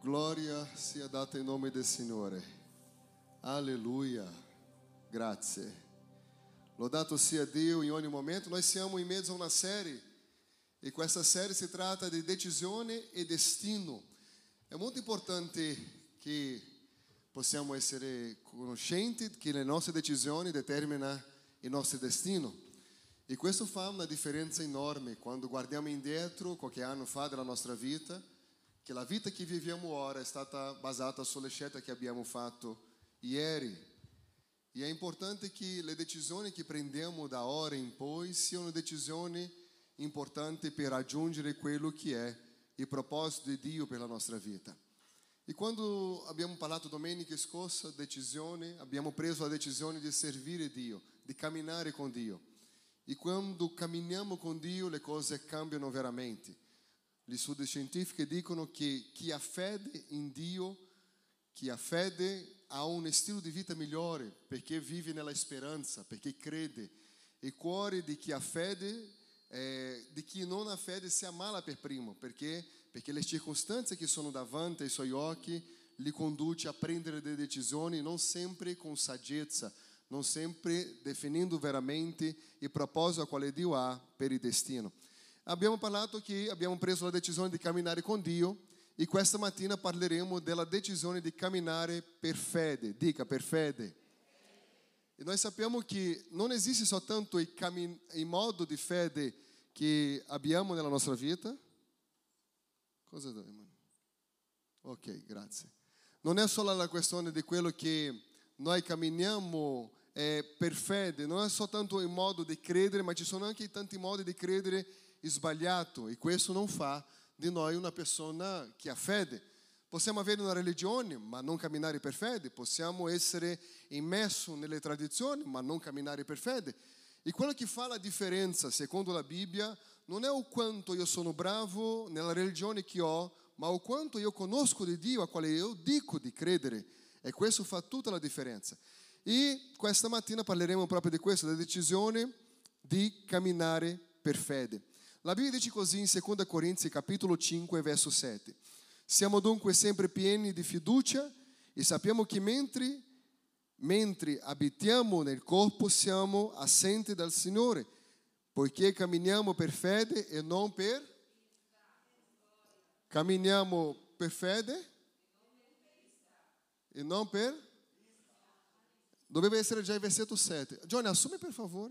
Glória sia data em nome del Signore. Alleluia. Grazie. Lodato sia Dio in ogni momento. Nós siamo in mezzo a una serie e questa serie si tratta di decisione e destino. È molto importante che possiamo essere conoscenti che le nostre decisioni determinano il nostro destino. E questo fa una differenza enorme quando guardiamo indietro qualche anno fa della nostra vita, che la vita che viviamo ora è stata basata sulle scelte che abbiamo fatto ieri. E è importante che le decisioni che prendiamo da ora in poi siano decisioni importanti per raggiungere quello che è il proposito di Dio per la nostra vita. E quando abbiamo parlato domenica scorsa, decisione, abbiamo preso la decisione di servire Dio, di camminare con Dio. E quando camminiamo con Dio le cose cambiano veramente. Gli studi scientifici dicono che chi ha fede in Dio, chi ha fede ha un stile di vita migliore perché vive nella speranza, perché crede. Il cuore di chi ha fede, di chi non ha fede si ammala per primo, perché le circostanze che sono davanti ai suoi occhi li conduce a prendere delle decisioni non sempre con saggezza, non sempre definendo veramente il proposito a quale Dio ha per il destino. Abbiamo parlato che abbiamo preso la decisione di camminare con Dio e questa mattina parleremo della decisione di camminare per fede. Dica, per fede. E noi sappiamo che non esiste soltanto il modo di fede che abbiamo nella nostra vita. Cosa dai, mano? Ok, grazie. Non è solo la questione di quello che noi camminiamo per fede, non è soltanto il modo di credere, ma ci sono anche tanti modi di credere sbagliato e questo non fa di noi una persona che ha fede. Possiamo avere una religione ma non camminare per fede, possiamo essere immersi nelle tradizioni ma non camminare per fede. E quello che fa la differenza, secondo la Bibbia, non è o quanto io sono bravo nella religione che ho, ma o quanto io conosco di Dio a quale io dico di credere. E questo fa tutta la differenza. E questa mattina parleremo proprio di questo, della decisione di camminare per fede. La Bibbia dice così in 2 Corinzi capitolo 5 verso 7. Siamo dunque sempre pieni di fiducia e sappiamo che mentre abitiamo nel corpo siamo assenti dal Signore, poiché camminiamo per fede e non per... Camminiamo per fede e non per... Doveva essere già il versetto 7. Johnny, assumi per favore.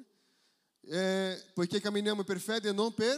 Poiché camminiamo per fede e non per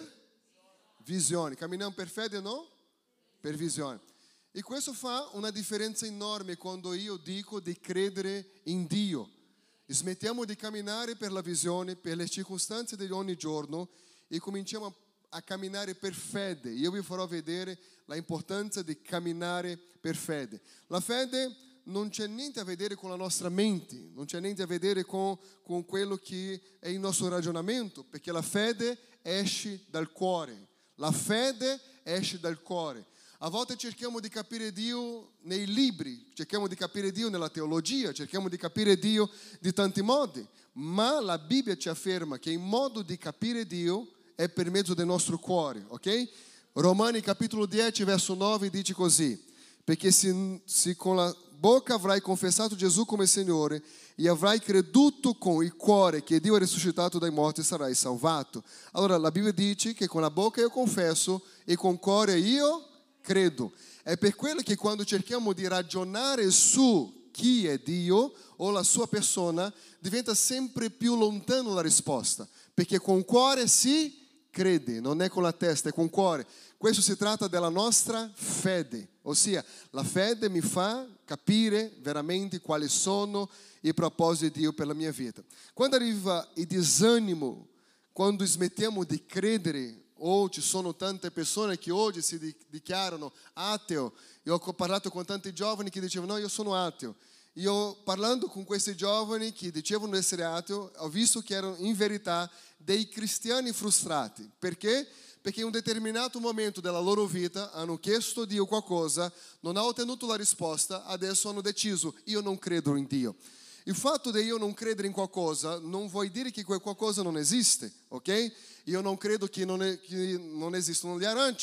visione. Camminiamo per fede e non per visione. E questo fa una differenza enorme quando io dico di credere in Dio. Smettiamo di camminare per la visione, per le circostanze di ogni giorno e cominciamo a camminare per fede. Io vi farò vedere l'importanza di camminare per fede. La fede non c'è niente a vedere con la nostra mente, non c'è niente a vedere con quello che è il nostro ragionamento, perché la fede esce dal cuore. La fede esce dal cuore. A volte cerchiamo di capire Dio nei libri, cerchiamo di capire Dio nella teologia, cerchiamo di capire Dio di tanti modi, ma la Bibbia ci afferma che il modo di capire Dio è per mezzo del nostro cuore, ok? Romani capitolo 10 verso 9 dice così: perché se con la bocca avrai confessato Gesù come Signore e avrai creduto con il cuore che Dio è risuscitato dai morti, sarai salvato. Allora la Bibbia dice che con la bocca io confesso e con il cuore io credo. È per quello che quando cerchiamo di ragionare su chi è Dio o la sua persona, diventa sempre più lontano la risposta, perché con il cuore si crede, non è con la testa, è con il cuore. Questo si tratta della nostra fede, ossia la fede mi fa capire veramente quali sono i propositi di Dio per la mia vita. Quando arriva il disânimo, quando smettiamo di credere, o ci sono tante persone che oggi si dichiarano ateo, io ho parlato con tanti giovani che dicevano no, io sono ateo. Io parlando con questi giovani che dicevano di essere ateo, ho visto che erano in verità dei cristiani frustrati. Perché? Perché in un determinato momento della loro vita hanno chiesto a Dio qualcosa, non hanno ottenuto la risposta, adesso hanno deciso, io non credo in Dio. Il fatto di io non credere in qualcosa non vuol dire che quel qualcosa non esiste, ok? Io non credo che non esistono gli aranci,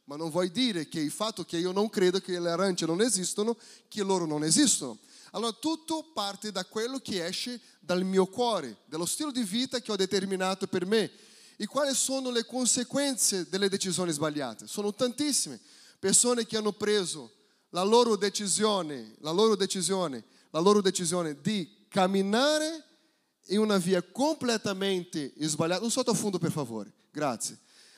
ma non vuol dire che il fatto che io non credo che le arance non esistono, che loro non esistono. Allora tutto parte da quello che esce dal mio cuore, dello stile di vita che ho determinato per me. E quali sono le conseguenze delle decisioni sbagliate? Sono tantissime. Persone che hanno preso la loro decisione di camminare in una via completamente sbagliata. Un sottofondo, per favore, grazie.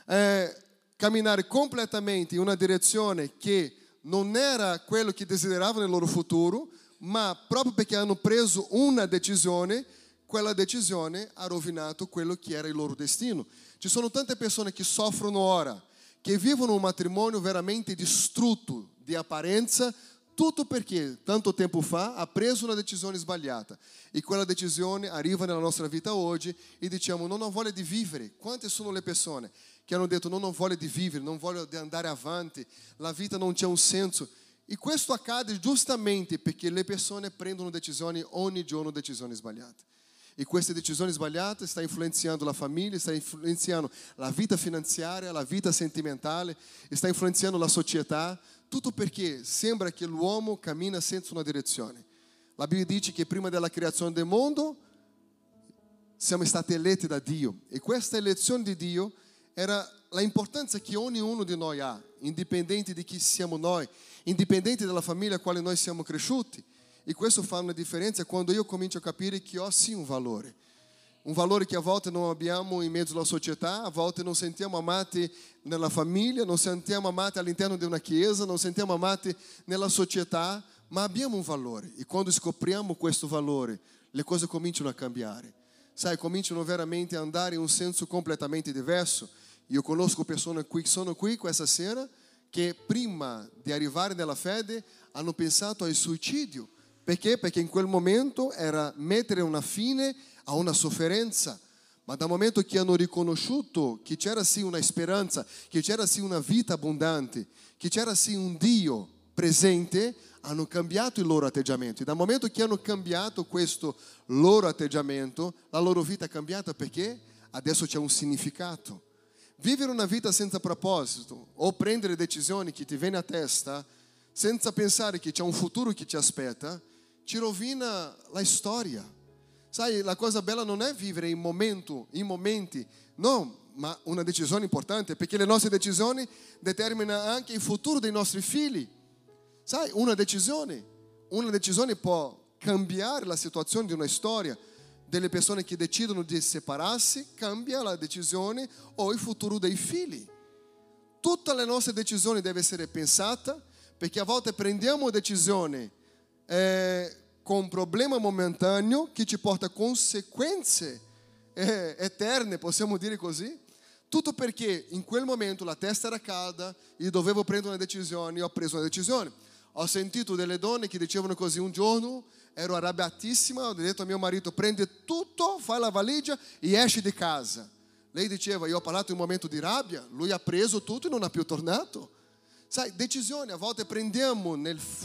Camminare completamente in una direzione che non era quello che desideravano nel loro futuro, ma proprio perché hanno preso una decisione, quella decisione ha rovinato quello che era il loro destino. Ci sono tante persone che soffrono ora, che vivono un matrimonio veramente distrutto di apparenza, tutto perché tanto tempo fa ha preso una decisione sbagliata. E quella decisione arriva nella nostra vita oggi e diciamo non ho voglia di vivere. Quante sono le persone che hanno detto non ho voglia di vivere, non voglio di andare avanti, la vita non c'è un senso. E questo accade giustamente perché le persone prendono decisioni ogni giorno, decisioni sbagliate. E queste decisioni sbagliate stanno influenzando la famiglia, stanno influenzando la vita finanziaria, la vita sentimentale, sta influenzando la società, tutto perché sembra che l'uomo cammina senza una direzione. La Bibbia dice che prima della creazione del mondo siamo stati eletti da Dio e questa elezione di Dio era l'importanza che ognuno di noi ha, indipendente di chi siamo noi, indipendente dalla famiglia a quale noi siamo cresciuti. E questo fa una differenza quando io comincio a capire che ho sì un valore che a volte non abbiamo in mezzo alla società, a volte non sentiamo amati nella famiglia, non sentiamo amati all'interno di una chiesa, non sentiamo amati nella società, ma abbiamo un valore. E quando scopriamo questo valore, le cose cominciano a cambiare. Sai, cominciano veramente a andare in un senso completamente diverso. Io conosco persone qui che sono qui questa sera che prima di arrivare nella fede hanno pensato al suicidio. Perché? Perché in quel momento era mettere una fine a una sofferenza. Ma dal momento che hanno riconosciuto che c'era sì una speranza, che c'era sì una vita abbondante, che c'era sì un Dio presente, hanno cambiato il loro atteggiamento. E dal momento che hanno cambiato questo loro atteggiamento, la loro vita è cambiata perché adesso c'è un significato. Vivere una vita senza proposito o prendere decisioni che ti vengono a testa senza pensare che c'è un futuro che ti aspetta, ci rovina la storia. Sai, la cosa bella non è vivere in momenti, no, ma una decisione importante, perché le nostre decisioni determinano anche il futuro dei nostri figli. Sai, una decisione può cambiare la situazione di una storia. Delle persone che decidono di separarsi, cambia la decisione o il futuro dei figli. Tutte le nostre decisioni devono essere pensate, perché a volte prendiamo decisioni con un problema momentaneo che ci porta a conseguenze eterne, possiamo dire così. Tutto perché in quel momento la testa era calda e dovevo prendere una decisione, ho preso una decisione. Ho sentito delle donne che dicevano così un giorno, ero arrabbiatissima, ho detto a mio marito prende tutto, fai la valigia e esci di casa. Lei diceva, io ho parlato in un momento di rabbia, lui ha preso tutto e non ha più tornato. Sai, decisioni a volte prendiamo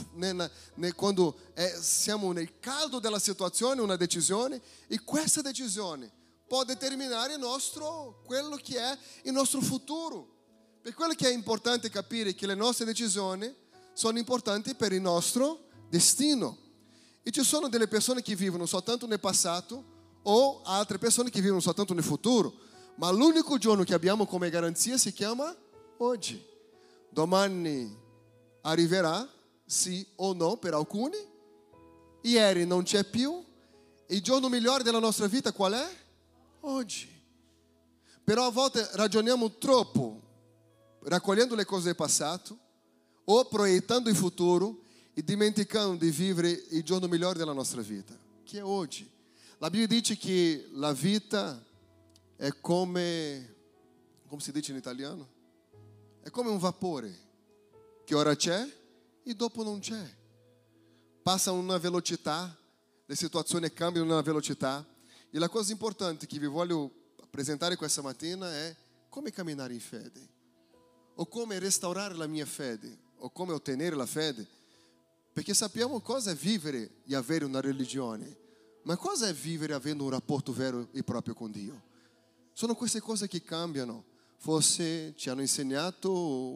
quando siamo nel caldo della situazione una decisione e questa decisione può determinare quello che è il nostro futuro. Per quello che è importante capire che le nostre decisioni sono importanti per il nostro destino. E ci sono delle persone che vivono soltanto nel passato o altre persone che vivono soltanto nel futuro. Ma l'unico giorno che abbiamo come garanzia si chiama oggi. Domani arriverà, sì o no per alcuni. Ieri non c'è più. Il giorno migliore della nostra vita qual è? Oggi. Però a volte ragioniamo troppo, raccogliendo le cose del passato o proiettando il futuro e dimenticando di vivere il giorno migliore della nostra vita, che è oggi. La Bibbia dice che la vita è come si dice in italiano? È come un vapore, che ora c'è e dopo non c'è. Passa a una velocità, le situazioni cambiano a una velocità. E la cosa importante che vi voglio presentare questa mattina è come camminare in fede, o come restaurare la mia fede, o come ottenere la fede. Perché sappiamo cosa è vivere e avere una religione, ma cosa è vivere avendo un rapporto vero e proprio con Dio? Sono queste cose che cambiano. Forse ci hanno insegnato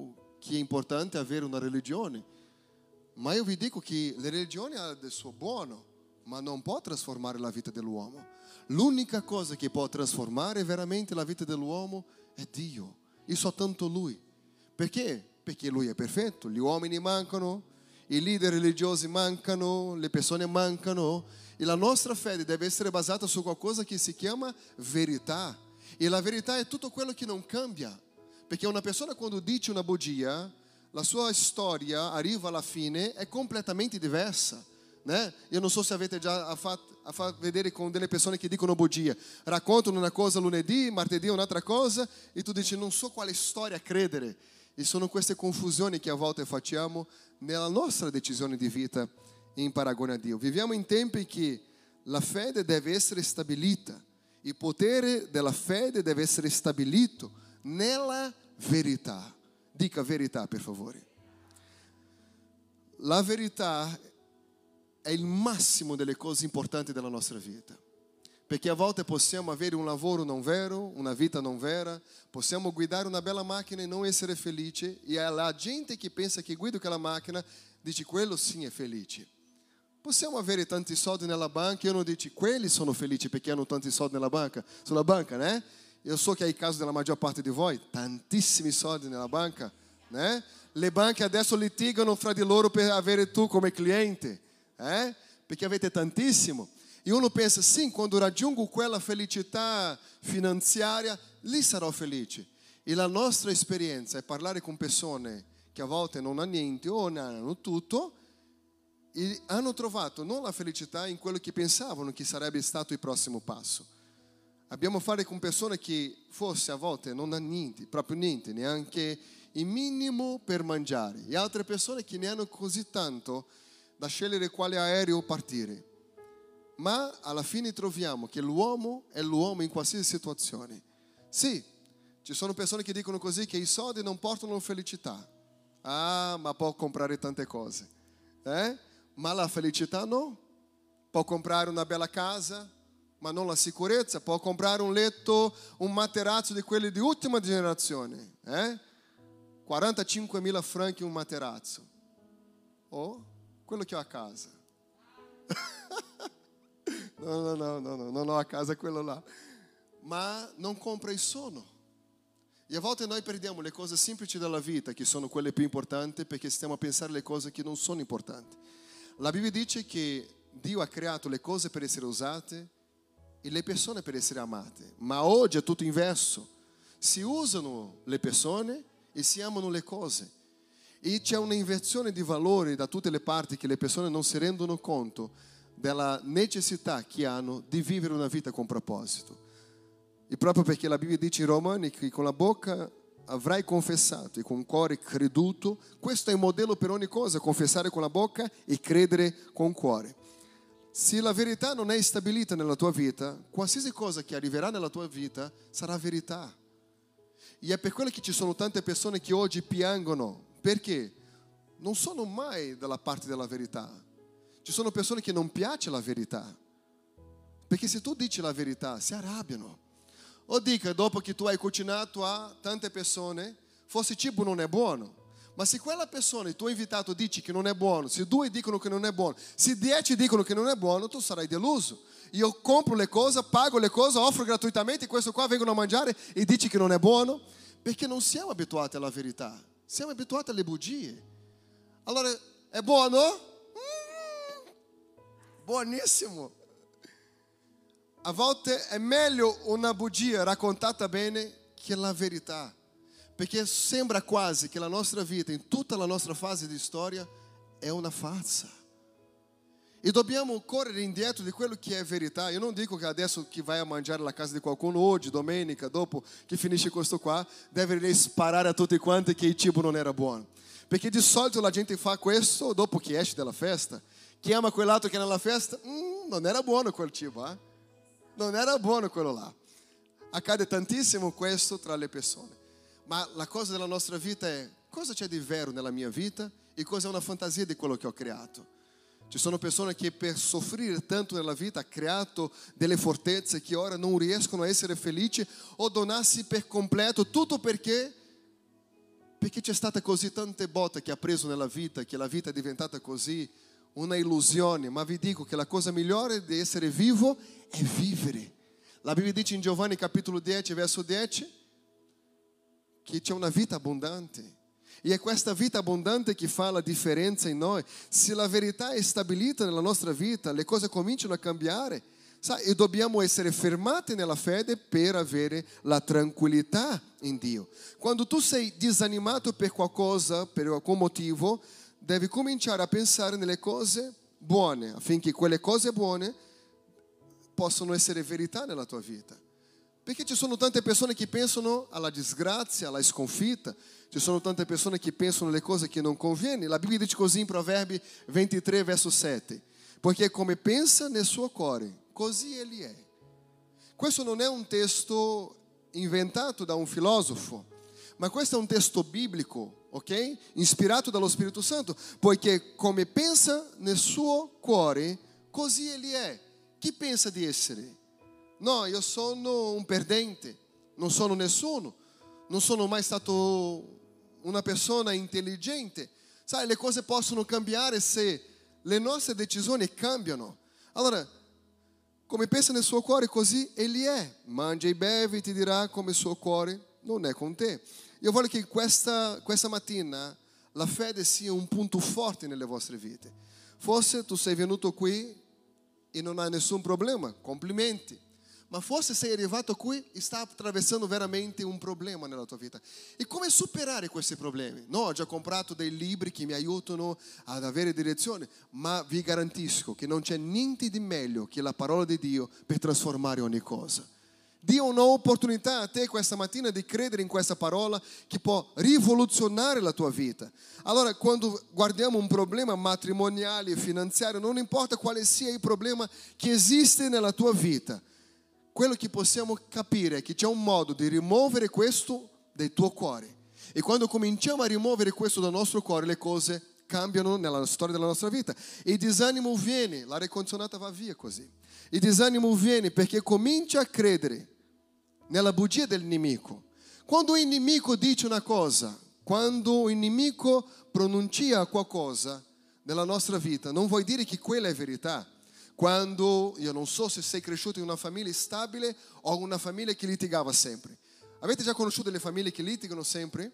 che è importante avere una religione, ma io vi dico che la religione ha del suo buono, ma non può trasformare la vita dell'uomo. L'unica cosa che può trasformare veramente la vita dell'uomo è Dio, e soltanto Lui. Perché? Perché Lui è perfetto, gli uomini mancano, i leader religiosi mancano, le persone mancano, e la nostra fede deve essere basata su qualcosa che si chiama verità. E la verità è tutto quello che non cambia. Perché una persona quando dice una bugia, la sua storia arriva alla fine è completamente diversa. Né? Io non so se avete già fatto vedere con delle persone che dicono bugia. Raccontano una cosa lunedì, martedì un'altra cosa, e tu dici non so quale storia credere. E sono queste confusioni che a volte facciamo nella nostra decisione di vita in paragone a Dio. Viviamo in tempi in cui la fede deve essere stabilita. Il potere della fede deve essere stabilito nella verità. Dica verità, per favore. La verità è il massimo delle cose importanti della nostra vita. Perché a volte possiamo avere un lavoro non vero, una vita non vera, possiamo guidare una bella macchina e non essere felici, e la gente che pensa che guida quella macchina dice quello sì è felice. Possiamo avere tanti soldi nella banca e io non dico quelli sono felici perché hanno tanti soldi sulla banca, né? Io so che è il caso della maggior parte di voi, tantissimi soldi nella banca, né? Le banche adesso litigano fra di loro per avere tu come cliente, perché avete tantissimo. E uno pensa, sì, quando raggiungo quella felicità finanziaria, lì sarò felice. E la nostra esperienza è parlare con persone che a volte non hanno niente o non hanno tutto, e hanno trovato non la felicità in quello che pensavano che sarebbe stato il prossimo passo. Abbiamo a fare con persone che forse a volte non hanno niente, proprio niente, neanche il minimo per mangiare, e altre persone che ne hanno così tanto da scegliere quale aereo partire. Ma alla fine troviamo che l'uomo è l'uomo in qualsiasi situazione. Sì, ci sono persone che dicono così che i soldi non portano felicità. Ah, ma può comprare tante cose. Ma la felicità no. Può comprare una bella casa, ma non la sicurezza. Può comprare un letto, un materazzo di quelli di ultima generazione. 45.000 franchi un materazzo. O quello che ho a casa. No, non ho a casa quello là. Ma non compra il sonno. E a volte noi perdiamo le cose semplici della vita, che sono quelle più importanti, perché stiamo a pensare alle cose che non sono importanti. La Bibbia dice che Dio ha creato le cose per essere usate e le persone per essere amate. Ma oggi è tutto inverso. Si usano le persone e si amano le cose. E c'è una inversione di valori da tutte le parti che le persone non si rendono conto della necessità che hanno di vivere una vita con proposito. E proprio perché la Bibbia dice in Romani che con la bocca avrai confessato e con il cuore creduto, questo è il modello per ogni cosa, confessare con la bocca e credere con il cuore. Se la verità non è stabilita nella tua vita, qualsiasi cosa che arriverà nella tua vita sarà verità. E è per quello che ci sono tante persone che oggi piangono, perché non sono mai dalla parte della verità. Ci sono persone che non piace la verità, perché se tu dici la verità si arrabbiano. O dica, dopo che tu hai cucinato a tante persone, forse il cibo non è buono, ma se quella persona che tu hai invitato dici che non è buono, se 2 dicono che non è buono, se 10 dicono che non è buono, tu sarai deluso. Io compro le cose, pago le cose, offro gratuitamente, e questo qua vengono a mangiare e dici che non è buono, perché non siamo abituati alla verità, siamo abituati alle bugie. Allora, è buono? Buonissimo. A volte è meglio una bugia raccontata bene che la verità, perché sembra quasi che la nostra vita, in tutta la nostra fase di storia, è una farsa. E dobbiamo correre indietro di quello che è verità. Io non dico che adesso chi vai a mangiare alla casa di qualcuno oggi, domenica, dopo che finisce questo qua, deve sparare a tutti quanti che il cibo non era buono. Perché di solito la gente fa questo dopo che esce dalla festa. Chi ama quell'altro che è nella festa, non era buono quel cibo, non era buono quello là. Accade tantissimo questo tra le persone. Ma la cosa della nostra vita è cosa c'è di vero nella mia vita e cosa è una fantasia di quello che ho creato. Ci sono persone che per soffrire tanto nella vita hanno creato delle fortezze che ora non riescono a essere felici o donarsi per completo tutto perché perché c'è stata così tante botte che ha preso nella vita, che la vita è diventata così una illusione. Ma vi dico che la cosa migliore di essere vivo è vivere. La Bibbia dice in Giovanni capitolo 10, verso 10, che c'è una vita abbondante. E è questa vita abbondante che fa la differenza in noi. Se la verità è stabilita nella nostra vita, le cose cominciano a cambiare. Sai, e dobbiamo essere fermati nella fede per avere la tranquillità in Dio. Quando tu sei disanimato per qualcosa, per alcun motivo, devi cominciare a pensare nelle cose buone, affinché quelle cose buone possano essere verità nella tua vita. Perché ci sono tante persone che pensano alla disgrazia, alla sconfitta. Ci sono tante persone che pensano alle cose che non conviene. La Bibbia dice così in Proverbi 23, verso 7. Perché come pensa nel suo cuore, così egli è. Questo non è un testo inventato da un filosofo, ma questo è un testo biblico, ok? Ispirato dallo Spirito Santo. Poiché come pensa nel suo cuore, così egli è. Chi pensa di essere? No, io sono un perdente, non sono nessuno, non sono mai stato una persona intelligente. Sai, le cose possono cambiare se le nostre decisioni cambiano. Allora, come pensa nel suo cuore, così egli è. Mangia e bevi, ti dirà come il suo cuore non è con te. Io voglio che questa mattina la fede sia un punto forte nelle vostre vite. Forse tu sei venuto qui e non hai nessun problema, complimenti. Ma forse sei arrivato qui e sta attraversando veramente un problema nella tua vita. E come superare questi problemi? No, ho già comprato dei libri che mi aiutano ad avere direzione, ma vi garantisco che non c'è niente di meglio che la parola di Dio per trasformare ogni cosa. Dio ha un'opportunità a te questa mattina di credere in questa parola che può rivoluzionare la tua vita. Allora, quando guardiamo un problema matrimoniale e finanziario, non importa quale sia il problema che esiste nella tua vita, quello che possiamo capire è che c'è un modo di rimuovere questo dal tuo cuore. E quando cominciamo a rimuovere questo dal nostro cuore, le cose cambiano nella storia della nostra vita. Il disánimo viene, l'aria condizionata va via così. Il disánimo viene perché comincia a credere nella bugia del nemico. Quando il nemico dice una cosa, quando il nemico pronuncia qualcosa nella nostra vita, non vuol dire che quella è verità. Quando, io non so se sei cresciuto in una famiglia stabile o una famiglia che litigava sempre. Avete già conosciuto delle famiglie che litigano sempre?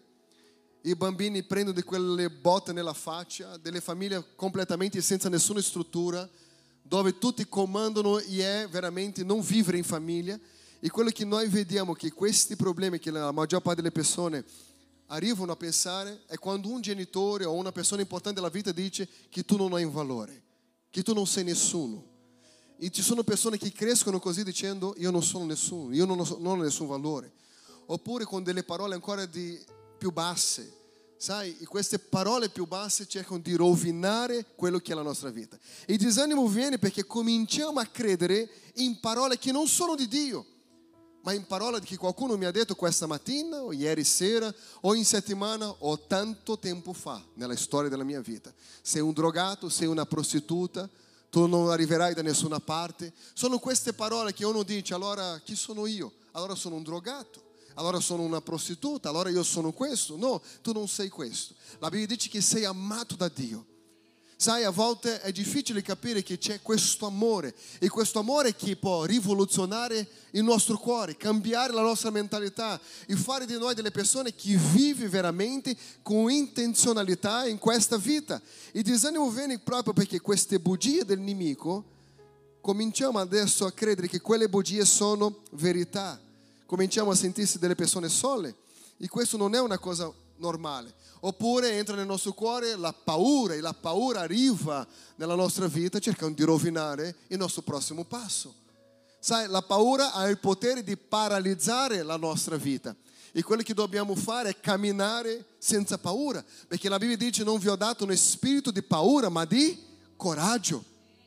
I bambini prendono di quelle botte nella faccia, delle famiglie completamente senza nessuna struttura, dove tutti comandano e è veramente non vivere in famiglia. E quello che noi vediamo che questi problemi che la maggior parte delle persone arrivano a pensare è quando un genitore o una persona importante della vita dice che tu non hai un valore, che tu non sei nessuno. E ci sono persone che crescono così dicendo io non sono nessuno, io non ho nessun valore. Oppure con delle parole ancora più basse. Sai, e queste parole più basse cercano di rovinare quello che è la nostra vita. E il disánimo viene perché cominciamo a credere in parole che non sono di Dio, ma in parole che qualcuno mi ha detto questa mattina, o ieri sera, o in settimana, o tanto tempo fa nella storia della mia vita. Sei un drogato, sei una prostituta, tu non arriverai da nessuna parte. Sono queste parole che uno dice, allora chi sono io? Allora sono un drogato, allora sono una prostituta, allora io sono questo. No, tu non sei questo. La Bibbia dice che sei amato da Dio. Sai, a volte è difficile capire che c'è questo amore, e questo amore che può rivoluzionare il nostro cuore, cambiare la nostra mentalità e fare di noi delle persone che vivono veramente con intenzionalità in questa vita. Il disánimo viene proprio perché queste bugie del nemico, cominciamo adesso a credere che quelle bugie sono verità. Cominciamo a sentirsi delle persone sole, e questo non è una cosa normale. Oppure entra nel nostro cuore la paura, e la paura arriva nella nostra vita cercando di rovinare il nostro prossimo passo. Sai, la paura ha il potere di paralizzare la nostra vita, e quello che dobbiamo fare è camminare senza paura, perché la Bibbia dice non vi ho dato uno spirito di paura ma di coraggio.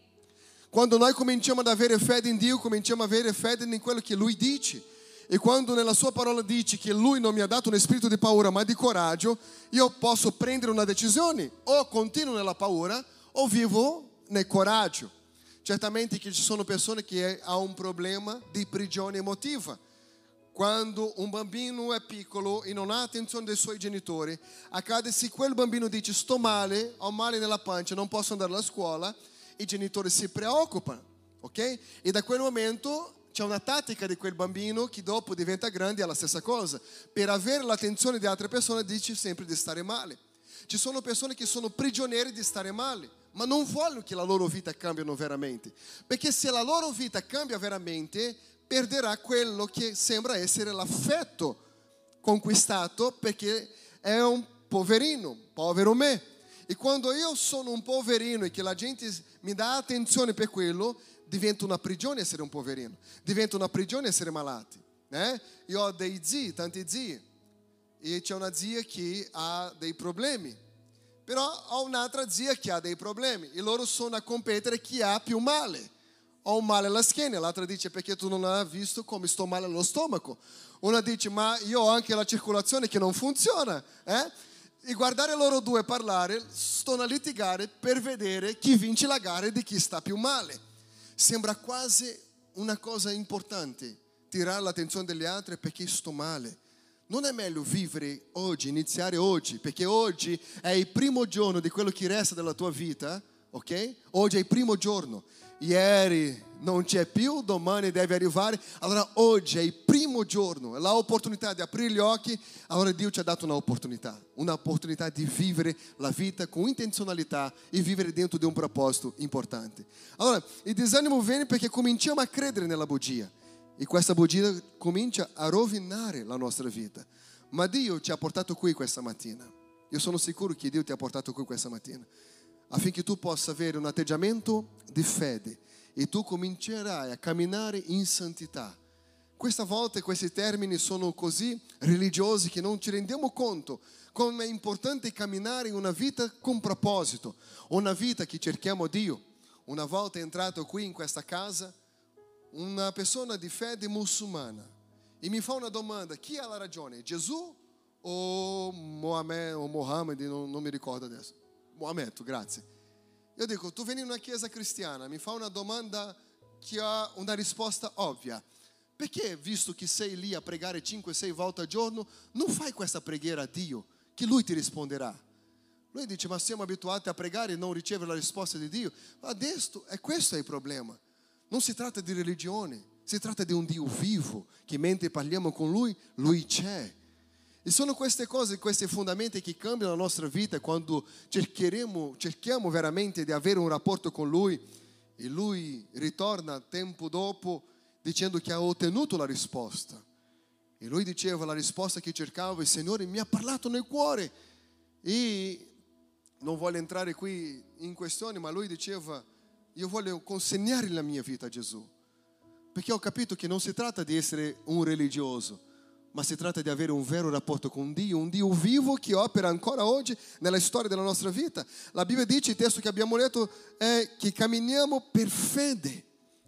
Quando noi cominciamo ad avere fede in Dio, cominciamo ad avere fede in quello che Lui dice. E quando nella sua parola dice che Lui non mi ha dato uno spirito di paura ma di coraggio, io posso prendere una decisione: o continuo nella paura o vivo nel coraggio. Certamente che ci sono persone che hanno un problema di prigione emotiva. Quando un bambino è piccolo e non ha attenzione dei suoi genitori, accade se quel bambino dice sto male, ho male nella pancia, non posso andare alla scuola, i genitori si preoccupano, ok? E da quel momento c'è una tattica di quel bambino che dopo diventa grande e ha la stessa cosa. Per avere l'attenzione di altre persone dice sempre di stare male. Ci sono persone che sono prigionieri di stare male, ma non vogliono che la loro vita cambiano veramente. Perché se la loro vita cambia veramente, perderà quello che sembra essere l'affetto conquistato perché è un poverino, povero me. E quando io sono un poverino e che la gente mi dà attenzione per quello, diventa una prigione essere un poverino, diventa una prigione essere malati. Io ho dei zii, tanti zii, e c'è una zia che ha dei problemi, però ho un'altra zia che ha dei problemi e loro sono a competere chi ha più male. Ho un male alla schiena, l'altra dice perché tu non hai visto come sto male allo stomaco. Una dice ma io ho anche la circolazione che non funziona. E guardare loro due parlare, stanno a litigare per vedere chi vince la gara di chi sta più male. Sembra quasi una cosa importante, tirare l'attenzione degli altri perché sto male. Non è meglio vivere oggi, iniziare oggi, perché oggi è il primo giorno di quello che resta della tua vita, ok? Oggi è il primo giorno. Ieri non c'è più, domani deve arrivare. Allora oggi è il primo giorno, è l'opportunità di aprire gli occhi. Allora Dio ci ha dato un'opportunità di vivere la vita con intenzionalità e vivere dentro di un proposito importante. Allora il disonimo viene perché cominciamo a credere nella bugia e questa bugia comincia a rovinare la nostra vita. Ma Dio ci ha portato qui questa mattina. Io sono sicuro che Dio ti ha portato qui questa mattina affinché tu possa avere un atteggiamento di fede e tu comincerai a camminare in santità. Questa volta questi termini sono così religiosi che non ci rendiamo conto come è importante camminare in una vita con proposito, una vita che cerchiamo Dio. Una volta entrato qui in questa casa, una persona di fede musulmana e mi fa una domanda: chi ha la ragione, Gesù o Mohammed, non mi ricordo adesso. Mohammed, grazie. Io dico, tu vieni in una chiesa cristiana, mi fa una domanda che ha una risposta ovvia. Perché, visto che sei lì a pregare 5-6 volte al giorno, non fai questa preghiera a Dio, che Lui ti risponderà? Lui dice, ma siamo abituati a pregare e non ricevere la risposta di Dio. Ma adesso, questo è il problema. Non si tratta di religione, si tratta di un Dio vivo, che mentre parliamo con Lui, Lui c'è. E sono queste cose, questi fondamenti che cambiano la nostra vita quando cerchiamo veramente di avere un rapporto con Lui e Lui ritorna tempo dopo dicendo che ha ottenuto la risposta. E Lui diceva la risposta che cercavo, il Signore mi ha parlato nel cuore. E non voglio entrare qui in questione, ma Lui diceva, io voglio consegnare la mia vita a Gesù. Perché ho capito che non si tratta di essere un religioso, ma si tratta di avere un vero rapporto con Dio, un Dio vivo che opera ancora oggi nella storia della nostra vita. La Bibbia dice, il testo che abbiamo letto è che camminiamo per fede.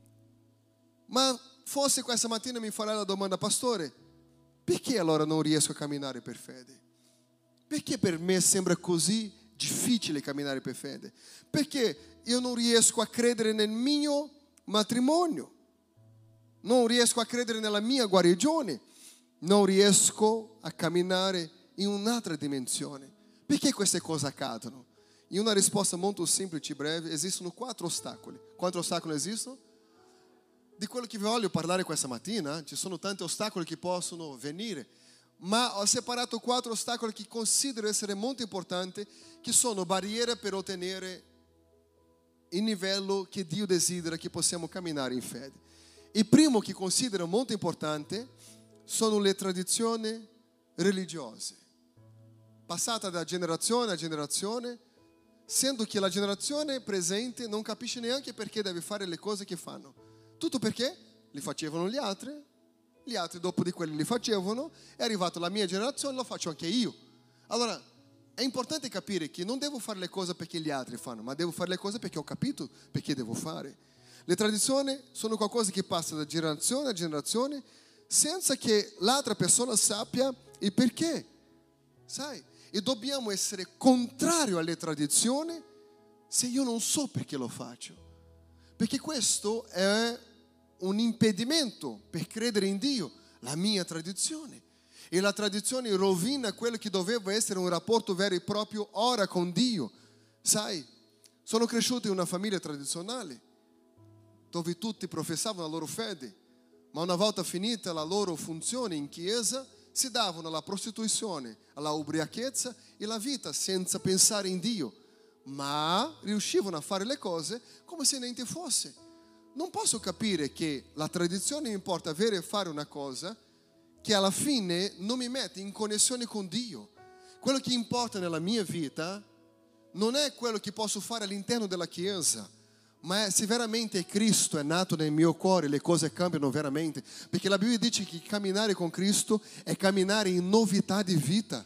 Ma forse questa mattina mi farai la domanda, pastore, perché allora non riesco a camminare per fede? Perché per me sembra così difficile camminare per fede? Perché io non riesco a credere nel mio matrimonio, non riesco a credere nella mia guarigione, non riesco a camminare in un'altra dimensione. Perché queste cose accadono? In una risposta molto semplice e breve, esistono 4 ostacoli. Quanti ostacoli esistono? Di quello che vi voglio parlare questa mattina, ci sono tanti ostacoli che possono venire, ma ho separato 4 ostacoli che considero essere molto importanti, che sono barriere per ottenere il livello che Dio desidera che possiamo camminare in fede. Il primo che considero molto importante sono le tradizioni religiose, passate da generazione a generazione, sendo che la generazione presente non capisce neanche perché deve fare le cose che fanno. Tutto perché li facevano gli altri dopo di quelli li facevano, è arrivata la mia generazione, lo faccio anche io. Allora, è importante capire che non devo fare le cose perché gli altri fanno, ma devo fare le cose perché ho capito perché devo fare. Le tradizioni sono qualcosa che passa da generazione a generazione, senza che l'altra persona sappia il perché, sai? E dobbiamo essere contrari alle tradizioni se io non so perché lo faccio, perché questo è un impedimento per credere in Dio, la mia tradizione. E la tradizione rovina quello che doveva essere un rapporto vero e proprio ora con Dio. Sai, sono cresciuto in una famiglia tradizionale dove tutti professavano la loro fede, ma una volta finita la loro funzione in chiesa si davano alla prostituzione, alla ubriachezza e alla vita senza pensare in Dio, ma riuscivano a fare le cose come se niente fosse. Non posso capire che la tradizione mi porta a avere e fare una cosa che alla fine non mi mette in connessione con Dio. Quello che importa nella mia vita non è quello che posso fare all'interno della chiesa, ma se veramente Cristo è nato nel mio cuore, le cose cambiano veramente. Perché la Bibbia dice che camminare con Cristo è camminare in novità di vita.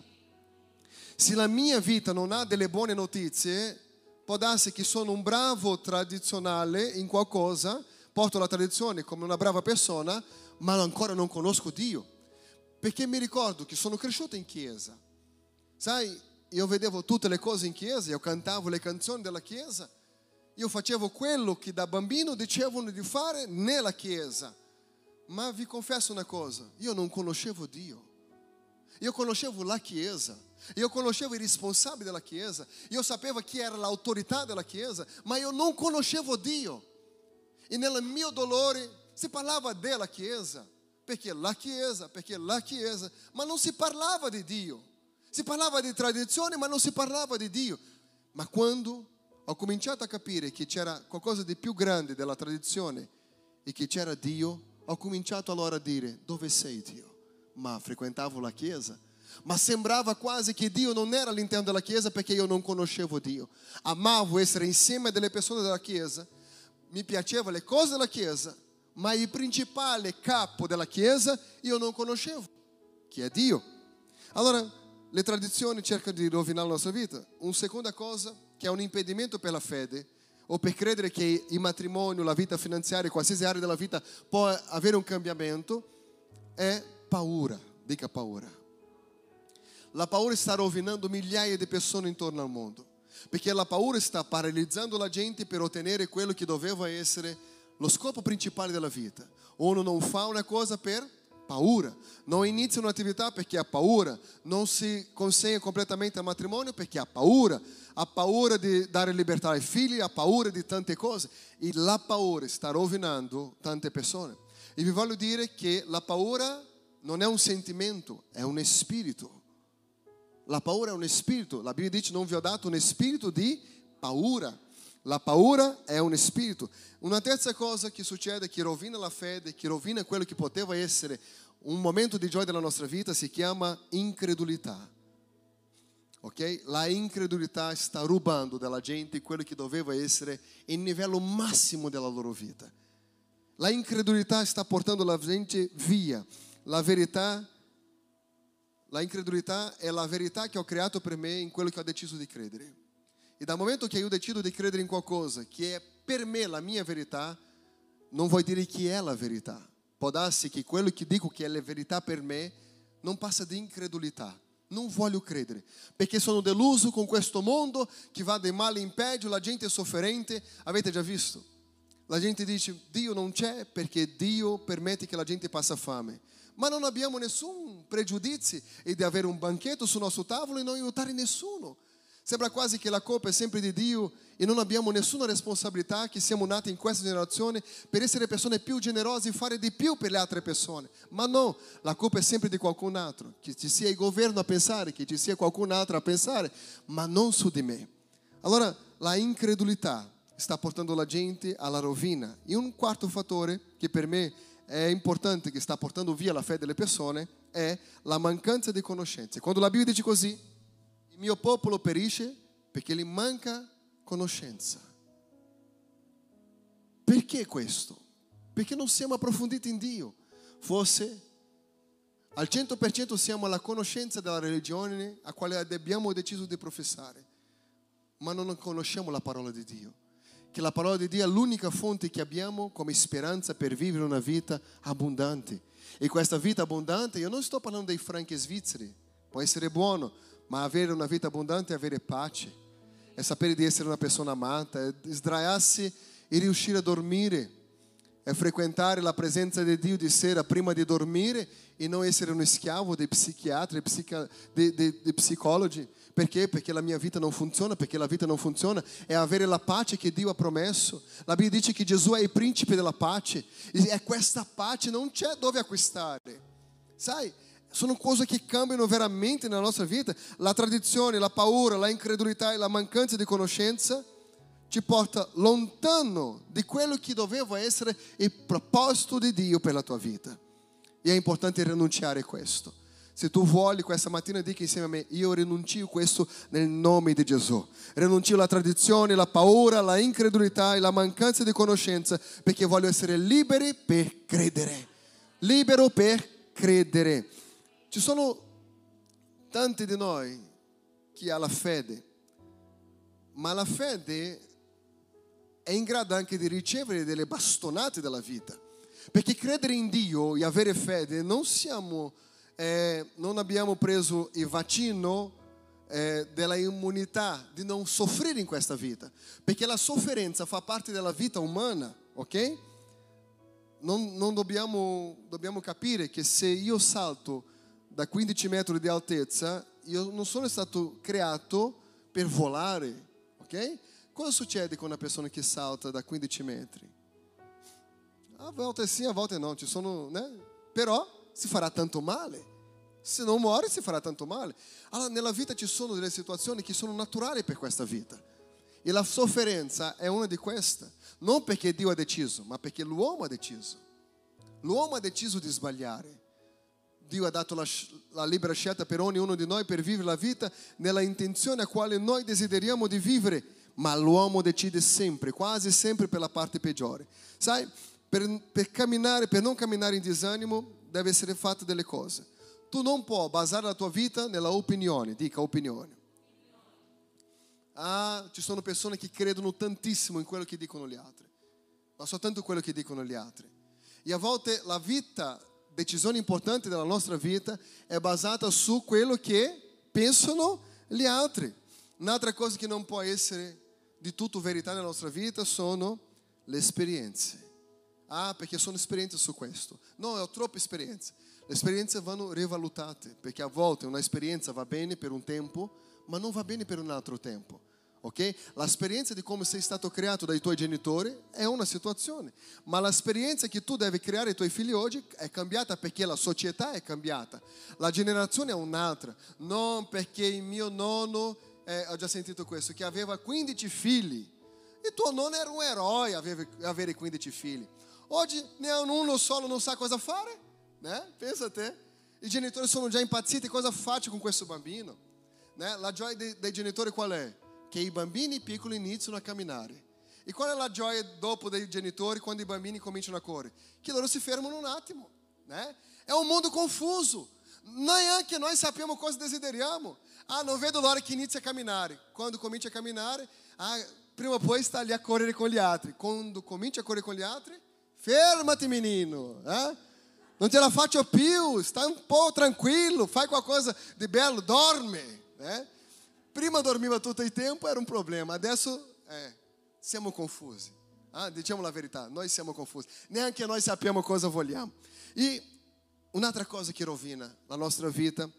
Se la mia vita non ha delle buone notizie, può darsi che sono un bravo tradizionale in qualcosa, porto la tradizione come una brava persona, ma ancora non conosco Dio. Perché mi ricordo che sono cresciuto in chiesa. Sai, io vedevo tutte le cose in chiesa, io cantavo le canzoni della chiesa, io facevo quello che da bambino dicevano di fare nella chiesa. Ma vi confesso una cosa, io non conoscevo Dio. Io conoscevo la chiesa, io conoscevo i responsabili della chiesa, io sapevo chi era l'autorità della chiesa, ma io non conoscevo Dio. E nel mio dolore si parlava della chiesa, perché la chiesa, ma non si parlava di Dio. Si parlava di tradizione, ma non si parlava di Dio. Ma quando ho cominciato a capire che c'era qualcosa di più grande della tradizione e che c'era Dio, ho cominciato allora a dire: dove sei Dio? Ma frequentavo la chiesa, ma sembrava quasi che Dio non era all'interno della chiesa perché io non conoscevo Dio. Amavo essere insieme a delle persone della chiesa, mi piacevano le cose della chiesa, ma il principale capo della chiesa io non conoscevo, che è Dio. Allora le tradizioni cercano di rovinare la nostra vita. Una seconda cosa che è un impedimento per la fede o per credere che il matrimonio, la vita finanziaria, qualsiasi area della vita può avere un cambiamento è paura. Dica paura. La paura sta rovinando migliaia di persone intorno al mondo, perché la paura sta paralizzando la gente per ottenere quello che doveva essere lo scopo principale della vita. Uno non fa una cosa per paura, non inizia un'attività perché ha paura, non si consegna completamente al matrimonio perché ha paura di dare libertà ai figli, ha paura di tante cose. E la paura sta rovinando tante persone. E vi voglio dire che la paura non è un sentimento, è un spirito. La paura è un spirito. La Bibbia dice: non vi ho dato un spirito di paura. La paura è un spirito. Una terza cosa che succede, che rovina la fede, che rovina quello che poteva essere un momento di gioia della nostra vita, si chiama incredulità. Ok? La incredulità sta rubando dalla gente quello che doveva essere il livello massimo della loro vita. La incredulità sta portando la gente via. La incredulità è la verità che ho creato per me in quello che ho deciso di credere. E dal momento che io decido di credere in qualcosa che è per me la mia verità, non vuol dire che è la verità. Può darsi che quello che dico che è la verità per me non passa di incredulità. Non voglio credere, perché sono deluso con questo mondo che va di male in peggio, la gente è sofferente. Avete già visto? La gente dice: Dio non c'è perché Dio permette che la gente passi fame. Ma non abbiamo nessun pregiudizio di avere un banchetto sul nostro tavolo e non aiutare nessuno. Sembra quasi che la colpa è sempre di Dio e non abbiamo nessuna responsabilità, che siamo nati in questa generazione per essere persone più generose e fare di più per le altre persone. Ma no, la colpa è sempre di qualcun altro. Che ci sia il governo a pensare, che ci sia qualcun altro a pensare, ma non su di me. Allora la incredulità sta portando la gente alla rovina. E un quarto fattore che per me è importante, che sta portando via la fede delle persone, è la mancanza di conoscenze. Quando la Bibbia dice così: il mio popolo perisce perché gli manca conoscenza. Perché questo? Perché non siamo approfonditi in Dio. Forse al 100% siamo alla conoscenza della religione a quale abbiamo deciso di professare, ma non conosciamo la parola di Dio. Che la parola di Dio è l'unica fonte che abbiamo come speranza per vivere una vita abbondante. E questa vita abbondante, io non sto parlando dei franchi svizzeri, può essere buono, ma avere una vita abbondante è avere pace, è sapere di essere una persona amata, è sdraiarsi e riuscire a dormire, è frequentare la presenza di Dio di sera prima di dormire e non essere uno schiavo dei psichiatri, dei psicologi. Perché? Perché la mia vita non funziona, perché la vita non funziona è avere la pace che Dio ha promesso. La Bibbia dice che Gesù è il principe della pace e questa pace non c'è dove acquistare. Sai, sono cose che cambiano veramente nella nostra vita. La tradizione, la paura, la incredulità e la mancanza di conoscenza ci porta lontano di quello che doveva essere il proposito di Dio per la tua vita. E è importante rinunciare a questo. Se tu vuoi questa mattina dica insieme a me: io rinuncio questo nel nome di Gesù. Rinuncio alla tradizione, la paura, la incredulità e la mancanza di conoscenza, perché voglio essere liberi per credere. Libero per credere. Ci sono tanti di noi che hanno la fede, ma la fede è in grado anche di ricevere delle bastonate dalla vita. Perché credere in Dio e avere fede non abbiamo preso il vaccino della immunità di non soffrire in questa vita, perché la sofferenza fa parte della vita umana, ok? Non dobbiamo capire che se io salto da 15 metri di altezza, io non sono stato creato per volare, ok? Cosa succede con una persona che salta da 15 metri? A volte sì, a volte no, ci sono, né? Però si farà tanto male. Se non muore si farà tanto male. Allora nella vita ci sono delle situazioni che sono naturali per questa vita. E la sofferenza è una di queste. Non perché Dio ha deciso, ma perché l'uomo ha deciso. L'uomo ha deciso di sbagliare. Dio ha dato la libera scelta per ognuno di noi per vivere la vita nella intenzione a quale noi desideriamo di vivere. Ma l'uomo decide sempre, quasi sempre per la parte peggiore. Sai, per non camminare in disânimo, deve essere fatte delle cose. Tu non puoi basare la tua vita nella opinione, dica opinione. Ci sono persone che credono tantissimo in quello che dicono gli altri, ma soltanto quello che dicono gli altri. E a volte la vita, decisioni importanti della nostra vita, è basata su quello che pensano gli altri. Un'altra cosa che non può essere di tutto verità nella nostra vita sono le esperienze. Perché sono esperienze su questo. No, ho troppe esperienze. Le esperienze vanno rivalutate, perché a volte una esperienza va bene per un tempo, ma non va bene per un altro tempo. Ok? L'esperienza di come sei stato creato dai tuoi genitori è una situazione, ma l'esperienza che tu devi creare ai tuoi figli oggi è cambiata perché la società è cambiata, la generazione è un'altra. Non perché il mio nonno, ho già sentito questo, che aveva 15 figli. Il tuo nonno era un eroe avere 15 figli. Oggi ne ha uno solo, non sa cosa fare, né? Pensa a te. I genitori sono già impazziti, cosa faccio con questo bambino? Né? La gioia dei genitori qual è? Che i bambini piccoli iniziano a camminare. E qual è la gioia dopo dei genitori quando i bambini cominciano a correre? Che loro si fermano un attimo, né? È un mondo confuso. Neanche noi sappiamo cosa desideriamo. Non vedo l'ora che inizia a camminare. Quando comincia a camminare, prima o poi sta lì a correre con gli altri. Quando comincia a correre con gli altri, fermati menino, non te la faccio più, stai un po' tranquillo, fai qualcosa di bello, dorme. Prima dormiva tutto il tempo, era un problema, adesso siamo confusi. Diciamo la verità, noi siamo confusi, neanche noi sappiamo cosa vogliamo. E un'altra cosa che rovina la nostra vita,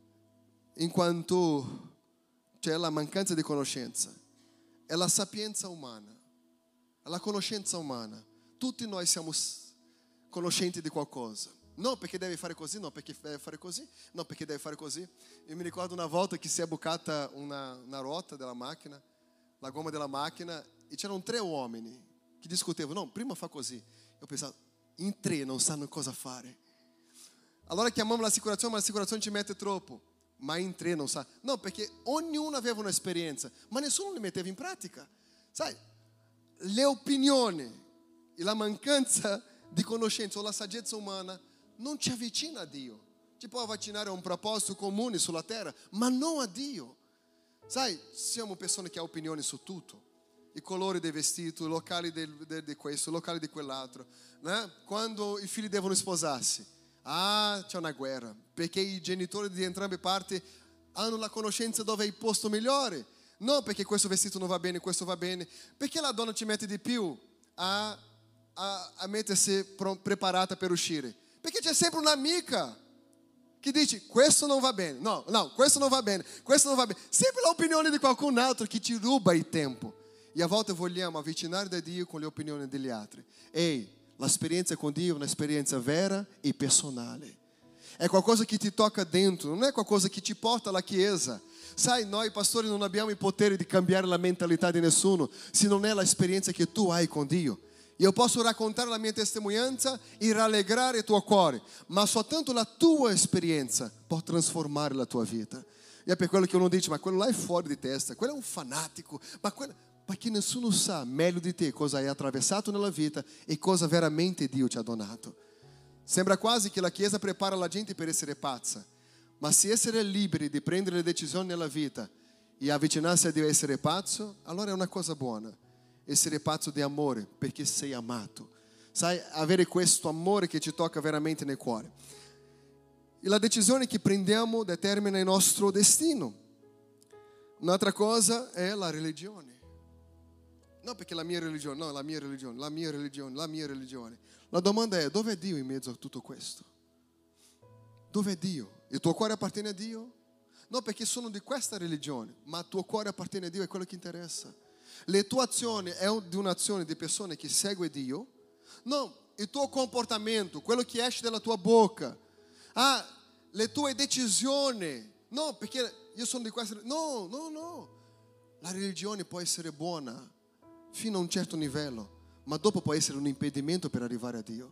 in quanto c'è la mancanza di conoscenza, è la sapienza umana, è la conoscenza umana. Tutti noi siamo conoscenti di qualcosa. Non perché devi fare così, no perché deve fare così, no perché deve fare così. Io mi ricordo una volta che si è bucata una ruota della macchina, la gomma della macchina, e c'erano 3 uomini che discutevano. No, prima fa così. Io pensavo, in 3 non sanno cosa fare. Allora chiamiamo l'assicurazione, ma l'assicurazione ci mette troppo. Ma in 3 non sa. No, perché ognuno aveva un'esperienza, ma nessuno le metteva in pratica. Sai, le opinioni e la mancanza di conoscenza o la saggezza umana non ci avvicina a Dio. Ci può avvicinare a un proposito comune sulla terra, ma non a Dio. Sai, siamo persone che hanno opinioni su tutto. I colori dei vestiti, i locali di questo, i locali di quell'altro. Né? Quando i figli devono sposarsi, c'è una guerra, perché i genitori di entrambe parti hanno la conoscenza dove è il posto migliore. Non perché questo vestito non va bene, questo va bene. Perché la donna ci mette di più a a mettersi preparata per uscire? Perché c'è sempre un'amica che dice questo non va bene, no, questo non va bene, questo non va bene. Sempre l'opinione di qualcun altro che ti ruba il tempo. E a volte vogliamo avvicinare da Dio con le opinioni degli altri. Ehi, l'esperienza con Dio è un'esperienza vera e personale. È qualcosa che ti tocca dentro, non è qualcosa che ti porta alla chiesa. Sai, noi pastori non abbiamo il potere di cambiare la mentalità di nessuno, se non è l'esperienza che tu hai con Dio. Io posso raccontare la mia testimonianza e rallegrare il tuo cuore, ma soltanto la tua esperienza può trasformare la tua vita. E è per quello che uno dice, ma quello là è fuori di testa, quello è un fanatico, perché nessuno sa meglio di te cosa hai attraversato nella vita e cosa veramente Dio ti ha donato. Sembra quasi che la Chiesa prepara la gente per essere pazza, ma se essere liberi di prendere le decisioni nella vita e avvicinarsi a Dio e essere pazzo, allora è una cosa buona. Essere pazzo di amore perché sei amato. Sai, avere questo amore che ci tocca veramente nel cuore. E la decisione che prendiamo determina il nostro destino. Un'altra cosa è la religione. No, perché la mia religione, no, la mia religione, la mia religione, la mia religione. La domanda è, dov'è Dio in mezzo a tutto questo? Dov'è Dio? Il tuo cuore appartiene a Dio? No, perché sono di questa religione, ma il tuo cuore appartiene a Dio, è quello che interessa. Le tue azioni è di un'azione di persone che segue Dio? No, il tuo comportamento, quello che esce dalla tua bocca. Le tue decisioni. No, perché io sono di questa. No. La religione può essere buona fino a un certo livello, ma dopo può essere un impedimento per arrivare a Dio.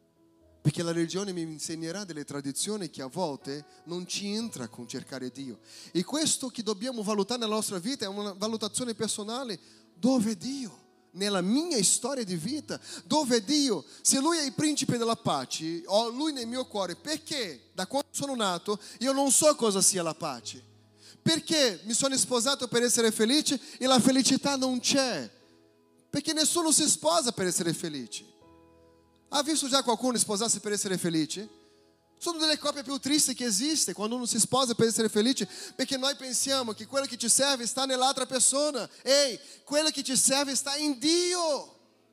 Perché la religione mi insegnerà delle tradizioni che a volte non ci entra con cercare Dio. E questo che dobbiamo valutare nella nostra vita è una valutazione personale. Dove è Dio? Nella mia storia di vita, dove è Dio? Se Lui è il principe della pace, ho Lui nel mio cuore, perché da quando sono nato io non so cosa sia la pace? Perché mi sono sposato per essere felice e la felicità non c'è? Perché nessuno si sposa per essere felice. Ha visto già qualcuno sposarsi per essere felice? Sono delle coppie più tristi che esiste quando uno si sposa per essere felice, perché noi pensiamo che quello che ci serve sta nell'altra persona. Ehi, quello che ci serve sta in Dio.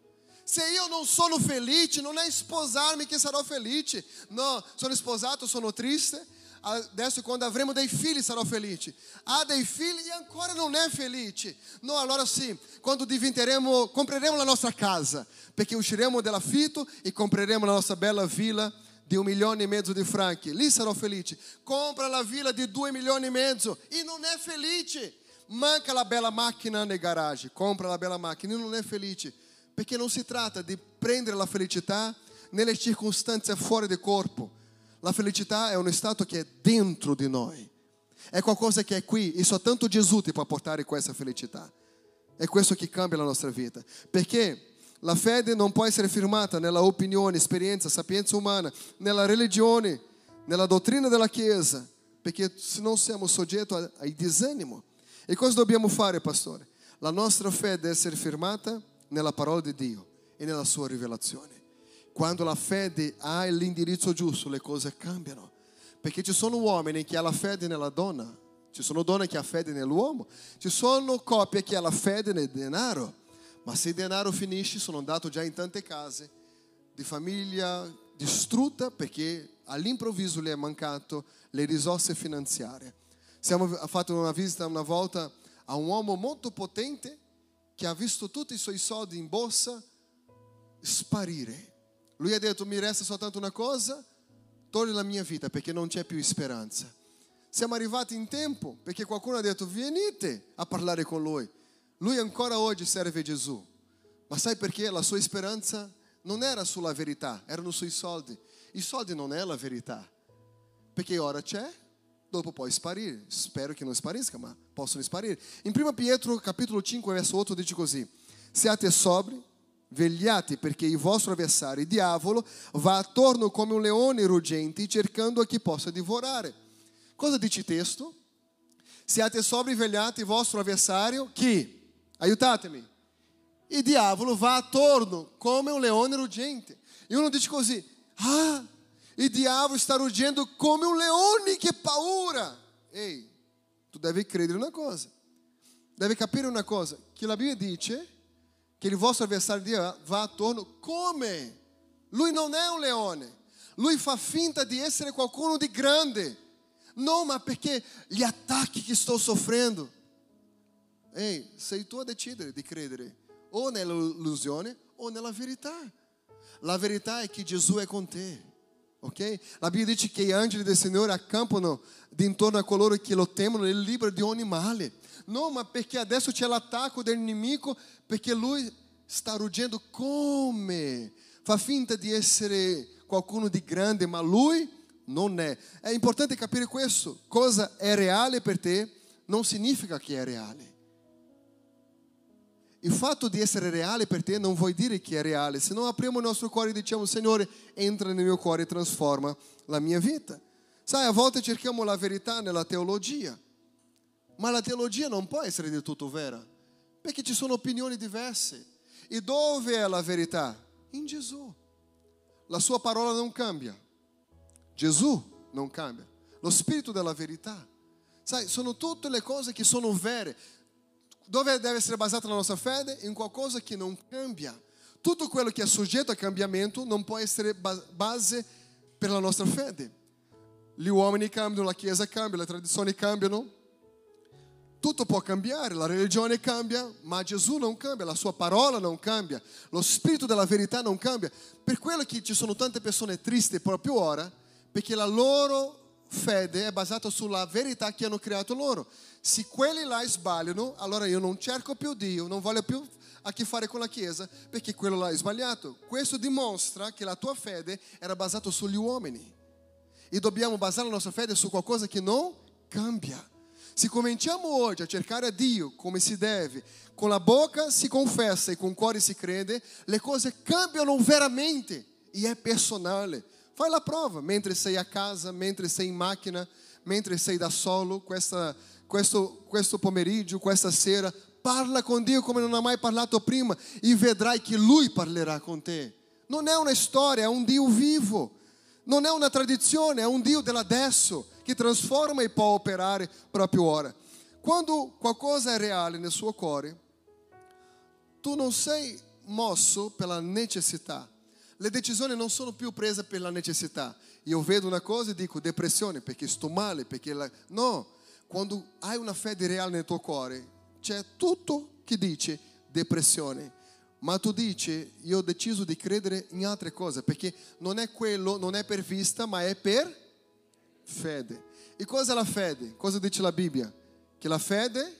Se io non sono felice, non è sposarmi che sarò felice. No, sono sposato, sono triste. Adesso quando avremo dei figli sarò felice. Ha dei figli e ancora non è felice. No, allora sì, quando compreremo la nostra casa, perché usciremo dall'affitto e compreremo la nostra bella villa di 1,5 milioni di franchi. Lì sarò felice. Compra la villa di 2,5 milioni e non è felice. Manca la bella macchina nel garage. Compra la bella macchina e non è felice. Perché non si tratta di prendere la felicità nelle circostanze fuori del corpo. La felicità è uno stato che è dentro di noi. È qualcosa che è qui e soltanto Gesù ti può portare questa felicità. È questo che cambia la nostra vita. Perché la fede non può essere firmata nella opinione, esperienza, sapienza umana, nella religione, nella dottrina della Chiesa, perché se non siamo soggetti al disanimo. E cosa dobbiamo fare, pastore? La nostra fede deve essere firmata nella parola di Dio e nella sua rivelazione. Quando la fede ha l'indirizzo giusto, le cose cambiano. Perché ci sono uomini che hanno la fede nella donna, ci sono donne che hanno fede nell'uomo, ci sono coppie che hanno la fede nel denaro. Ma se il denaro finisce, sono andato già in tante case di famiglia distrutta perché all'improvviso le è mancato le risorse finanziarie. Abbiamo fatto una visita una volta a un uomo molto potente che ha visto tutti i suoi soldi in borsa sparire. Lui ha detto, mi resta soltanto una cosa, togli la mia vita perché non c'è più speranza. Siamo arrivati in tempo perché qualcuno ha detto, venite a parlare con lui. Lui ancora oggi serve Gesù. Ma sai perché? La sua speranza non era sulla verità, erano sui soldi. I soldi non è la verità. Perché ora c'è, dopo può sparire. Spero che non sparisca, ma possono sparire. In 1 Pietro capitolo 5 verso 8 dice così: siate sobri, vegliate perché il vostro avversario, il diavolo, va attorno come un leone ruggente cercando a chi possa divorare. Cosa dice il testo? Siate sobri, vegliate, il vostro avversario, chi? Aiutatemi. Il diavolo va attorno come un leone ruggente. E uno dice così: il diavolo sta ruggendo come un leone, che paura. Ehi, tu devi credere una cosa, devi capire una cosa, che la Bibbia dice che il vostro avversario va attorno come. Lui non è un leone. Lui fa finta di essere qualcuno di grande. Non, ma perché gli attacchi che sto soffrendo. Ehi, sei tu a decidere di credere o nell'illusione o nella verità. La verità è che Gesù è con te. Ok? La Bibbia dice che gli angeli del Signore accampano d'intorno a coloro che lo temono e li libera di ogni male. No, ma perché adesso c'è l'attacco del nemico, perché lui sta ruggendo come? Fa finta di essere qualcuno di grande, ma lui non è. È importante capire questo. Cosa è reale per te non significa che è reale. Il fatto di essere reale per te non vuol dire che è reale. Se non apriamo il nostro cuore e diciamo: Signore, entra nel mio cuore e trasforma la mia vita. Sai, a volte cerchiamo la verità nella teologia, ma la teologia non può essere del tutto vera, perché ci sono opinioni diverse. E dove è la verità? In Gesù. La sua parola non cambia. Gesù non cambia. Lo spirito della verità. Sai, sono tutte le cose che sono vere. Dove deve essere basata la nostra fede? In qualcosa che non cambia. Tutto quello che è soggetto a cambiamento non può essere base per la nostra fede. Gli uomini cambiano, la Chiesa cambia, le tradizioni cambiano. Tutto può cambiare, la religione cambia, ma Gesù non cambia, la sua parola non cambia, lo spirito della verità non cambia. Per quello che ci sono tante persone tristi proprio ora, perché la loro fede è basata sulla verità che hanno creato loro. Se quelli là sbagliano, allora io non cerco più Dio, non voglio più a che fare con la Chiesa, perché quello là è sbagliato. Questo dimostra che la tua fede era basata sugli uomini. E dobbiamo basare la nostra fede su qualcosa che non cambia. Se cominciamo oggi a cercare Dio come si deve, con la bocca si confessa e con il cuore si crede, le cose cambiano veramente e è personale. Fai la prova, mentre sei a casa, mentre sei in macchina, mentre sei da solo, questo pomeriggio, questa sera, parla con Dio come non ha mai parlato prima e vedrai che Lui parlerà con te. Non è una storia, è un Dio vivo. Non è una tradizione, è un Dio dell'adesso che trasforma e può operare proprio ora. Quando qualcosa è reale nel suo cuore, tu non sei mosso per la necessità. Le decisioni non sono più prese per la necessità. Io vedo una cosa e dico depressione perché sto male, no, quando hai una fede reale nel tuo cuore, c'è tutto che dice depressione. Ma tu dici, io ho deciso di credere in altre cose, perché non è quello, non è per vista, ma è per fede. E cosa è la fede? Cosa dice la Bibbia? Che la fede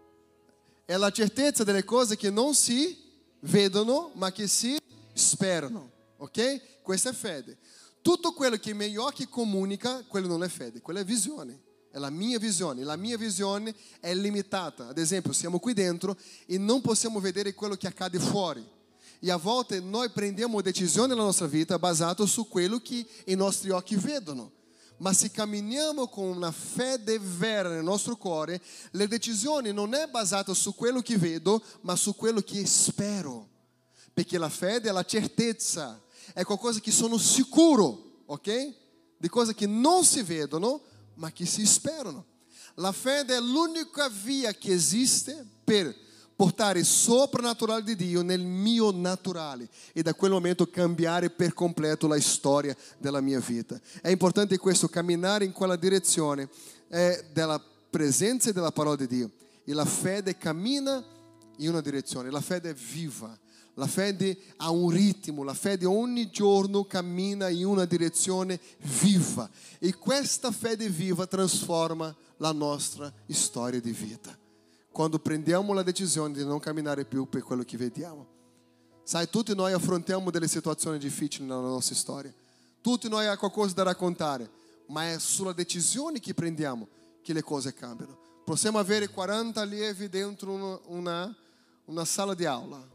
è la certezza delle cose che non si vedono, ma che si sperano. Ok? Questa è fede. Tutto quello che i miei occhi comunica, quello non è fede, quella è visione. È la mia visione. La mia visione è limitata. Ad esempio, siamo qui dentro e non possiamo vedere quello che accade fuori. E a volte noi prendiamo decisioni nella nostra vita basate su quello che i nostri occhi vedono. Ma se camminiamo con una fede vera nel nostro cuore, le decisioni non è basata su quello che vedo, ma su quello che spero. Perché la fede è la certezza, è qualcosa che sono sicuro, ok? Di cose che non si vedono, ma che si sperano. La fede è l'unica via che esiste per portare il soprannaturale di Dio nel mio naturale e da quel momento cambiare per completo la storia della mia vita. È importante questo, camminare in quella direzione della presenza e della parola di Dio. E la fede cammina in una direzione, la fede è viva. La fede ha un ritmo, la fede ogni giorno cammina in una direzione viva e questa fede viva trasforma la nostra storia di vita. Quando prendiamo la decisione di non camminare più per quello che vediamo. Sai, tutti noi affrontiamo delle situazioni difficili nella nostra storia. Tutti noi abbiamo qualcosa da raccontare, ma è sulla decisione che prendiamo che le cose cambiano. Possiamo avere 40 allievi dentro una sala di aula.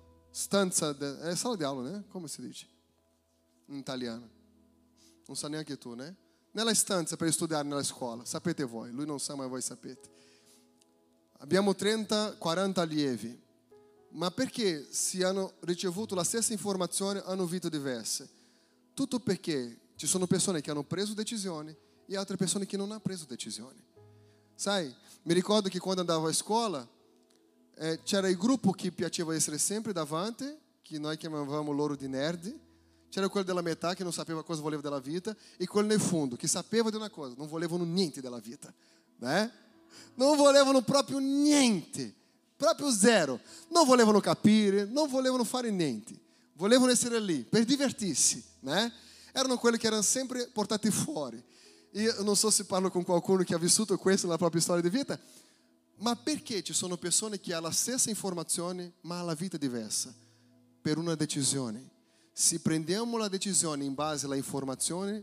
È sala di aula, né? Come si dice? In italiano. Non sa neanche tu, né? Nella stanza per studiare nella scuola. Sapete voi, lui non sa, ma voi sapete. Abbiamo 30, 40 allievi. Ma perché se hanno ricevuto la stessa informazione hanno vite diverse? Tutto perché ci sono persone che hanno preso decisioni e altre persone che non hanno preso decisioni. Sai, mi ricordo che quando andavo a scuola c'era il gruppo che piaceva essere sempre davanti, che noi chiamavamo loro di nerd. C'era quello della metà che non sapeva cosa voleva della vita, e quello nel fondo che sapeva di una cosa, non volevano niente della vita, né? Non volevano proprio niente, proprio zero. Non volevano capire, non volevano fare niente. Volevano essere lì per divertirsi, né? Erano quelli che erano sempre portati fuori. Io non so se parlo con qualcuno che ha vissuto questo nella propria storia di vita, ma perché ci sono persone che hanno la stessa informazione ma la vita diversa? Per una decisione. Se prendiamo la decisione in base alla informazione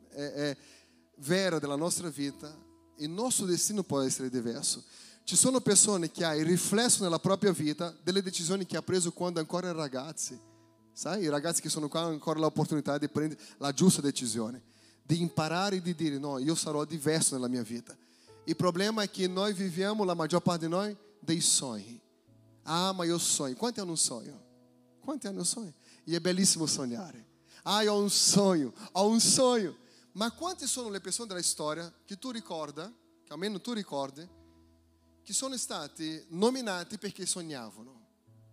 vera della nostra vita, il nostro destino può essere diverso. Ci sono persone che hanno il riflesso nella propria vita delle decisioni che ha preso quando ancora erano ragazzi. Sai, i ragazzi che sono qua hanno ancora l'opportunità di prendere la giusta decisione, di imparare e di dire no, io sarò diverso nella mia vita. Il problema è che noi viviamo, la maggior parte di noi, dei sogni. Ah, ma io sogno. Quanti hanno un sogno? Quanti hanno un sogno? E è bellissimo sognare. Ah, io ho un sogno, ho un sogno. Ma quante sono le persone della storia che tu ricorda, che almeno tu ricordi, che sono stati nominati perché sognavano?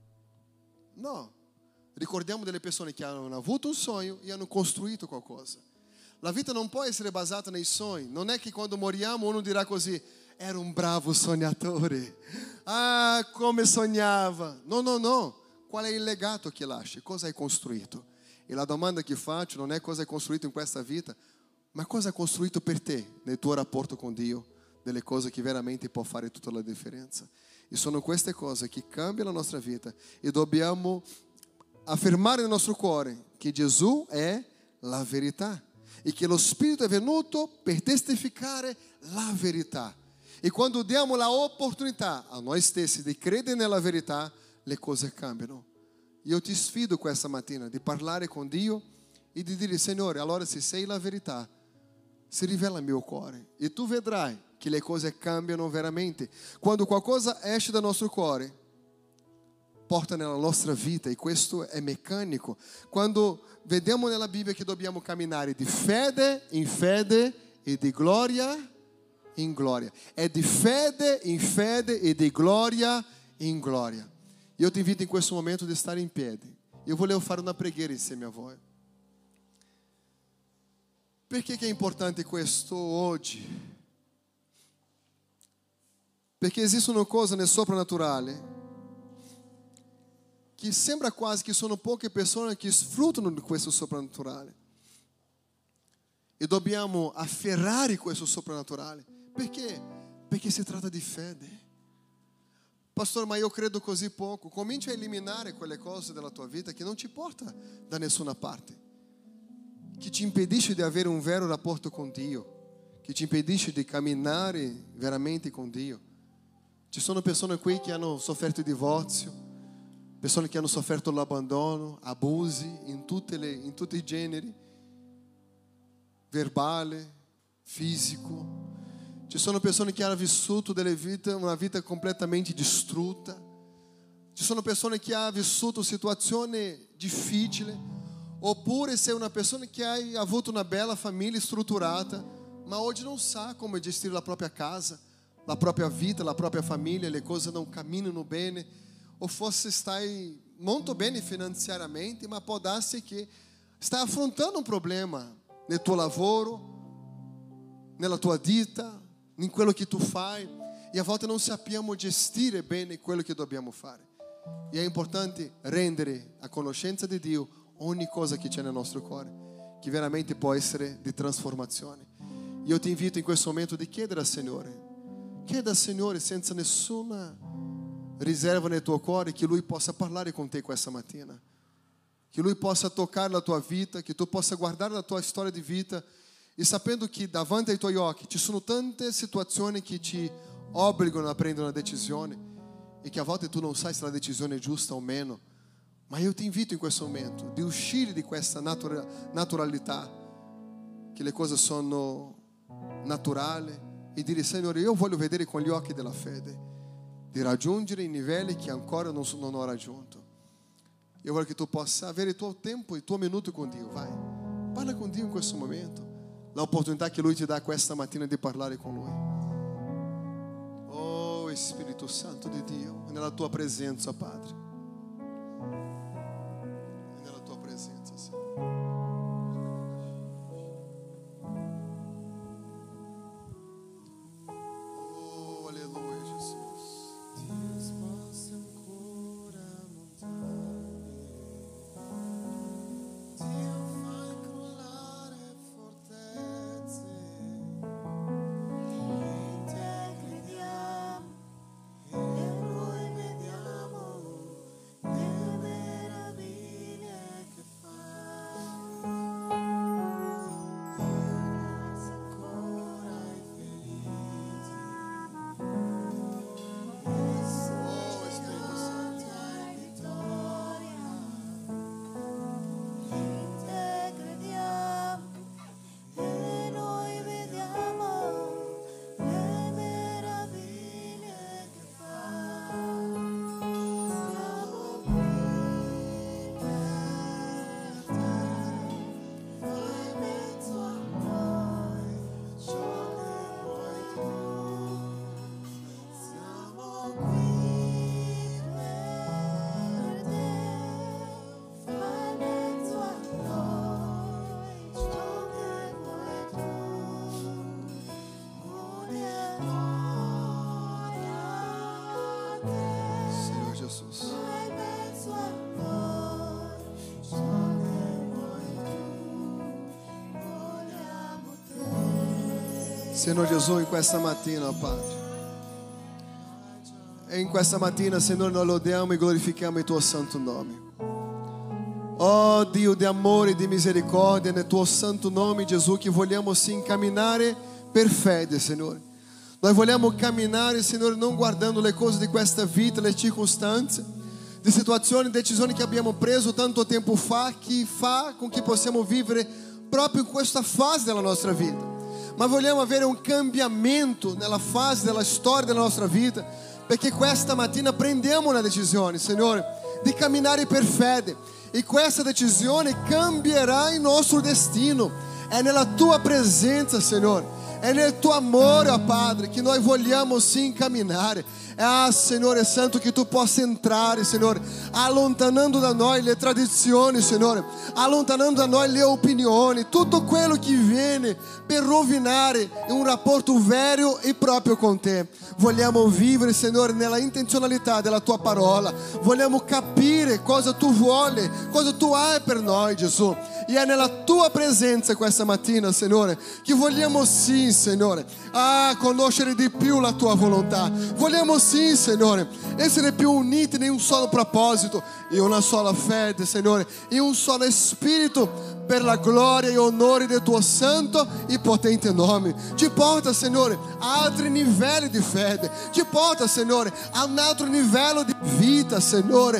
No. Ricordiamo delle persone che hanno avuto un sogno e hanno costruito qualcosa. La vita non può essere basata nei sogni. Non è che quando moriamo uno dirà così, era un bravo sognatore. Ah, come sognava. No, no, no. Qual è il legato che lasci? Cosa hai costruito? E la domanda che faccio non è cosa hai costruito in questa vita, ma cosa hai costruito per te nel tuo rapporto con Dio, delle cose che veramente può fare tutta la differenza. E sono queste cose che cambiano la nostra vita e dobbiamo affermare nel nostro cuore che Gesù è la verità e che lo Spirito è venuto per testificare la verità. E quando diamo la opportunità a noi stessi di credere nella verità, le cose cambiano. Io ti sfido questa mattina di parlare con Dio e di dire, Signore, allora se sei la verità, si rivela il mio cuore e tu vedrai che le cose cambiano veramente. Quando qualcosa esce dal nostro cuore, porta nella nostra vita, e questo è meccanico. Quando vediamo nella Bibbia che dobbiamo camminare di fede in fede e di gloria in gloria. È di fede in fede e di gloria in gloria. Io ti invito in questo momento di stare in piedi. Io volevo fare una preghiera insieme a voi. Perché che è importante questo oggi? Perché esistono cose nel soprannaturale che sembra quasi che sono poche persone che sfruttano di questo soprannaturale. E dobbiamo afferrare questo soprannaturale. Perché? Perché si tratta di fede. Pastore, ma io credo così poco. Comincia a eliminare quelle cose della tua vita che non ci porta da nessuna parte, che ti impedisce di avere un vero rapporto con Dio, che ti impedisce di camminare veramente con Dio. Ci sono persone qui che hanno sofferto il divorzio, persone che hanno sofferto l'abbandono, abusi in tutti i generi, verbale, fisico. Ci sono persone che hanno vissuto una vita completamente distrutta. Ci sono persone che hanno vissuto situazioni difficili. Oppure sei una persona che ha avuto una bella famiglia strutturata, ma oggi non sa come gestire la propria casa, la propria vita, la propria famiglia, le cose non camminano bene. O forse stai molto bene finanziariamente, ma può darsi che stai affrontando un problema nel tuo lavoro, nella tua ditta, in quello che tu fai, e a volte non sappiamo gestire bene quello che dobbiamo fare. E è importante rendere a conoscenza di Dio ogni cosa che c'è nel nostro cuore, che veramente può essere di trasformazione. Io ti invito in questo momento di chiedere al Signore, chieda al Signore senza nessuna riserva nel tuo cuore, che Lui possa parlare con te questa mattina, che Lui possa toccare la tua vita, che tu possa guardare la tua storia di vita e sapendo che davanti ai tuoi occhi ci sono tante situazioni che ti obbligano a prendere una decisione e che a volte tu non sai se la decisione è giusta o meno. Ma io ti invito in questo momento di uscire di questa naturalità, che le cose sono naturali, e dire, Signore, io voglio vedere con gli occhi della fede, di raggiungere i livelli che ancora non ho raggiunto. Io voglio che tu possa avere il tuo tempo, il tuo minuto con Dio. Vai, parla con Dio in questo momento. L'opportunità che Lui ti dà questa mattina di parlare con Lui. Oh Spirito Santo di Dio, è nella tua presenza, Padre. È nella tua presenza, Signore. Oh, alleluia, Jesus. Deus possa ancora montarmi, Dio fai crollare fortezze, in te crediamo e noi vediamo le meraviglie che fai. Dio pensa ancora ai feriti. Senhor Jesus. Senhor Gesù, in questa mattina, Padre. E in questa mattina, Signore, noi lodiamo e glorifichiamo il tuo santo nome. Oh Dio di amore e di misericordia, nel tuo santo nome, Gesù, che vogliamo sim camminare per fede, Signore. Noi vogliamo camminare, Signore, non guardando le cose di questa vita, le circostanze, di situazioni e decisioni che abbiamo preso tanto tempo fa, che fa con che possiamo vivere proprio in questa fase della nostra vita. Ma vogliamo avere un cambiamento nella fase della storia della nostra vita, perché questa mattina prendiamo una decisione, Signore, di camminare per fede. E questa decisione cambierà il nostro destino. È nella tua presenza, Signore. È nel tuo amore, ó Padre, che noi vogliamo sim camminare. Signore Santo, che tu possa entrare, Signore, allontanando da noi le tradizioni, Signore, allontanando da noi le opinioni, tutto quello che viene per rovinare un rapporto vero e proprio con te. Vogliamo vivere, Signore, nella intenzionalità della tua parola. Vogliamo capire cosa tu vuoi, cosa tu hai per noi, Gesù. E è nella tua presenza questa mattina, Signore, che vogliamo sim, Signore, conoscere di più la tua volontà. Vogliamo sim, Signore, essere più uniti in un solo proposito, in una sola fede, Signore, in un solo spirito, per la gloria e onore del tuo santo e potente nome. Ci porta, Signore, a altri livelli di fede. Ci porta, Signore, a un altro livello di vita, Signore.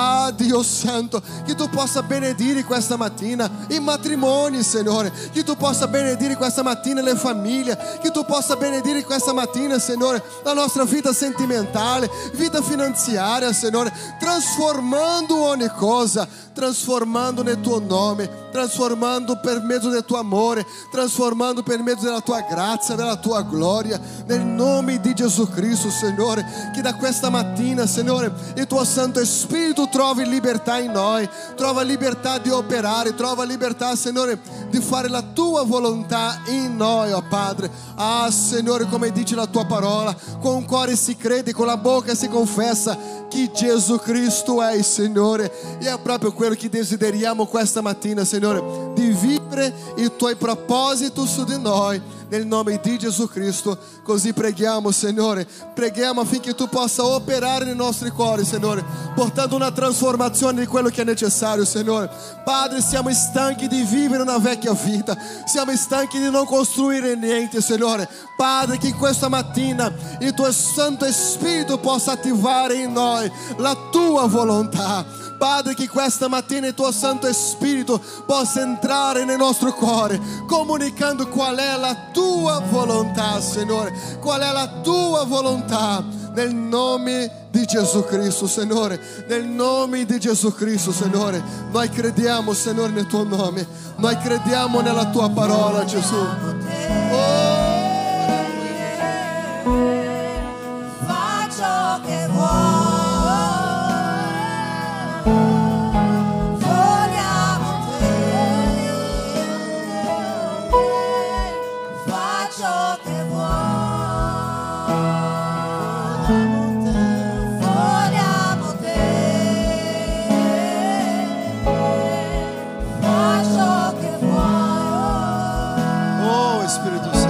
Dio Santo, che tu possa benedire questa mattina i matrimoni, Signore. Che tu possa benedire questa mattina le famiglie. Che tu possa benedire questa mattina, Signore, la nostra vita sentimentale, vita finanziaria, Signore, trasformando ogni cosa, trasformando nel tuo nome, trasformando per mezzo del tuo amore, trasformando per mezzo della tua grazia, della tua gloria, nel nome di Gesù Cristo, Signore. Che da questa mattina, Signore, il tuo Santo Spirito trovi libertà in noi, trova libertà di operare, trova libertà, Signore, di fare la tua volontà in noi, oh Padre. Signore, come dice la tua parola, con il cuore si crede, con la bocca si confessa che Gesù Cristo è il Signore. E è proprio quello che desideriamo questa mattina, Signore, di vivere i tuoi propositi su di noi, nel nome di Gesù Cristo. Così preghiamo, Signore, preghiamo affinché tu possa operare nei nostri cuori, Signore, portando una trasformazione di quello che è necessario, Signore. Padre, siamo stanchi di vivere una vecchia vita, siamo stanchi di non costruire niente, Signore. Padre, che in questa mattina il tuo Santo Spirito possa attivare in noi la tua volontà. Padre, che questa mattina il tuo Santo Spirito possa entrare nel nostro cuore, comunicando qual è la tua volontà, Signore, qual è la tua volontà, nel nome di Gesù Cristo, Signore, nel nome di Gesù Cristo, Signore. Noi crediamo, Signore, nel tuo nome, noi crediamo nella tua parola, Gesù. Fai Spirito